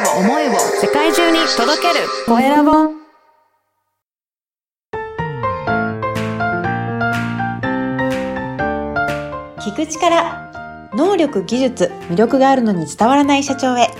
を思いを世界中に届けるコエラボ。 聞く力、能力、技術、魅力があるのに伝わらない社長へ。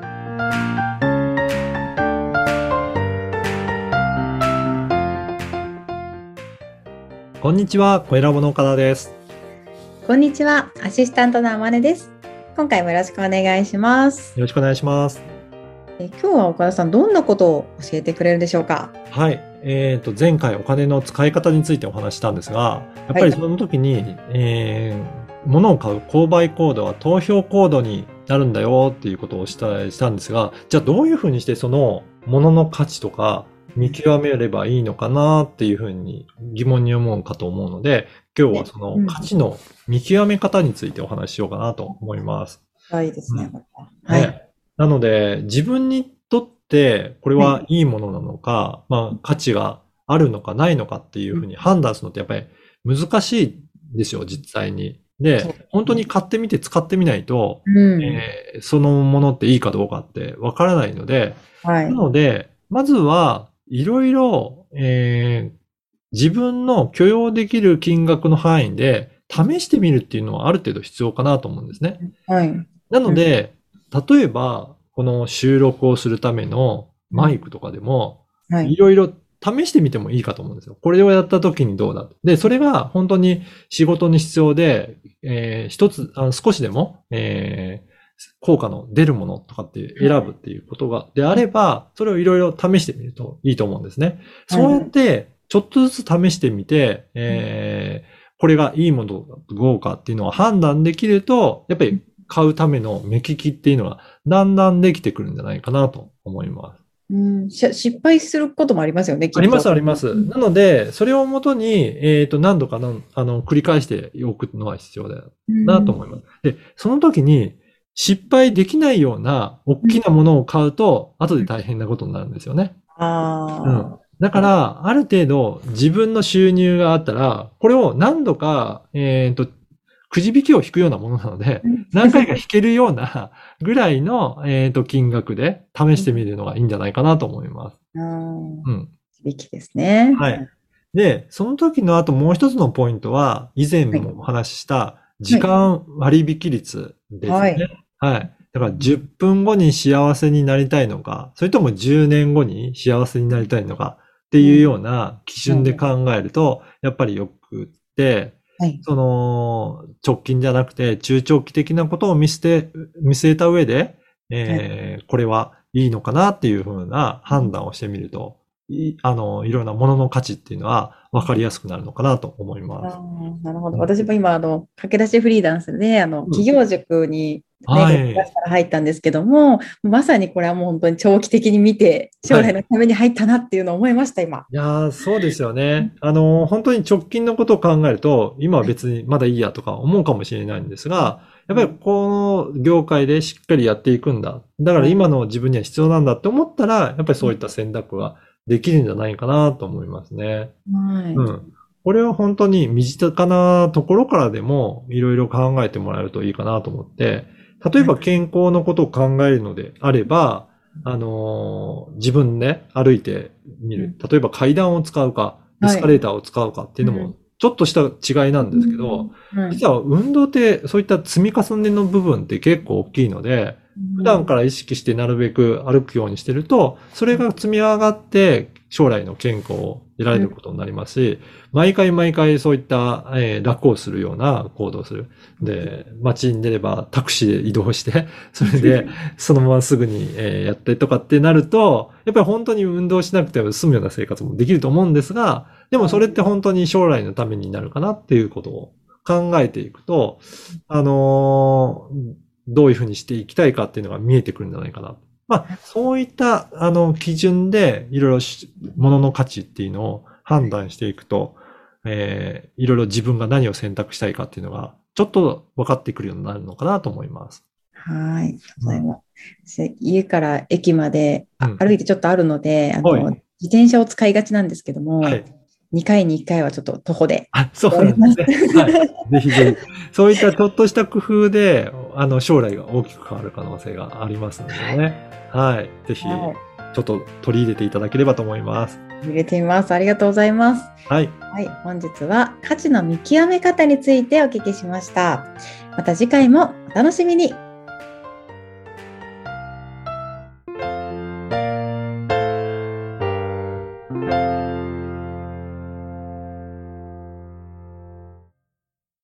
こんにちは、コエラボの岡田です。 こんにちは、アシスタントの天音です。今回もよろしくお願いします。 よろしくお願いします。 今日は岡田さん、どんなことを教えてくれるでしょうか？ はい、前回お金の使い方についてお話ししたんですが、やっぱりその時に、物を買う購買行動は投票行動になるんだよっていうことをしたんですが、じゃあどういうふうにしてその物の価値とか見極めればいいのかなっていうふうに疑問に思うかと思うので、今日はその価値の見極め方についてお話ししようかなと思います。 はい、ですね。 はい。なので、自分にとってこれはいいものなのか、価値があるのかないのかっていうふうに判断するのってやっぱり難しいですよ、実際に。で、本当に買ってみて使ってみないと、そのものっていいかどうかってわからないので、なので、まずはいろいろ、自分の許容できる金額の範囲で試してみるっていうのはある程度必要かなと思うんですね。なので、例えば、この収録をするためのマイクとかでも、いろいろ試してみてもいいかと思うんですよ。これをやった時にどうだと。で、それが本当に仕事に必要で、少しでも、効果の出るものとかって選ぶっていうことが、であれば、それをいろいろ試してみるといいと思うんですね。そうやって、ちょっとずつ試してみて、これがいいものかどうかっていうのを判断できると、やっぱり買うための目利きっていうのがだんだんできてくるんじゃないかなと思います。 失敗することもありますよね、きっと。 あります、あります。なので、それをもとに、何度か繰り返しておくのは必要だよなと思います。で、その時に失敗できないような大きなものを買うと、後で大変なことになるんですよね。だから、ある程度自分の収入があったら、これを何度か、くじ引きを引くようなものなので、何回か引けるようなぐらいの、金額で試してみるのがいいんじゃないかなと思います。くじ引きですね。 はい。で、その時の後もう一つのポイントは、以前もお話しした時間割引率ですね。はい。だから10分後に幸せになりたいのか、それとも10年後に幸せになりたいのかっていうような基準で考えると、やっぱりよくって、その直近じゃなくて中長期的なことを見据えた上で、これはいいのかなっていうふうな判断をしてみると、いろんなものの価値っていうのは分かりやすくなるのかなと思います。 なるほど。私も今、駆け出しフリーランスで、企業塾に入ったんですけども、まさにこれはもう本当に長期的に見て、将来のために入ったなっていうのを思いました、今。 いやー、そうですよね。本当に直近のことを考えると、今は別にまだいいやとか思うかもしれないんですが、やっぱりこの業界でしっかりやっていくんだ。だから今の自分には必要なんだって思ったら、やっぱりそういった選択ができるんじゃないかなと思いますね。これは本当に身近なところからでもいろいろ考えてもらえるといいかなと思って、例えば健康のことを考えるのであれば、自分で歩いてみる。例えば階段を使うか、エスカレーターを使うかっていうのも、ちょっとした違いなんですけど、実は運動ってそういった積み重ねの部分って結構大きいので、普段から意識してなるべく歩くようにしてると、それが積み上がって将来の健康を得られることになりますし、毎回毎回そういった、楽をするような行動をする。で、街に出ればタクシーで移動して、それでそのまますぐに、やってとかってなると、やっぱり本当に運動しなくても済むような生活もできると思うんですが、でもそれって本当に将来のためになるかなっていうことを考えていくと、どういうふうにしていきたいかっていうのが見えてくるんじゃないかな。そういった、基準で、いろいろ物の価値っていうのを判断していくと、いろいろ自分が何を選択したいかっていうのが、ちょっと分かってくるようになるのかなと思います。 はい。家から駅まで歩いてちょっとあるので、自転車を使いがちなんですけども、 2回に1回はちょっと徒歩で。 そうなんですね。はい。ぜひぜひ。そういったちょっとした工夫で、将来が大きく変わる可能性がありますのでね。はい。ぜひ、ちょっと取り入れていただければと思います。 入れてみます。ありがとうございます。 はい。 はい。本日は価値の見極め方についてお聞きしました。また次回もお楽しみに。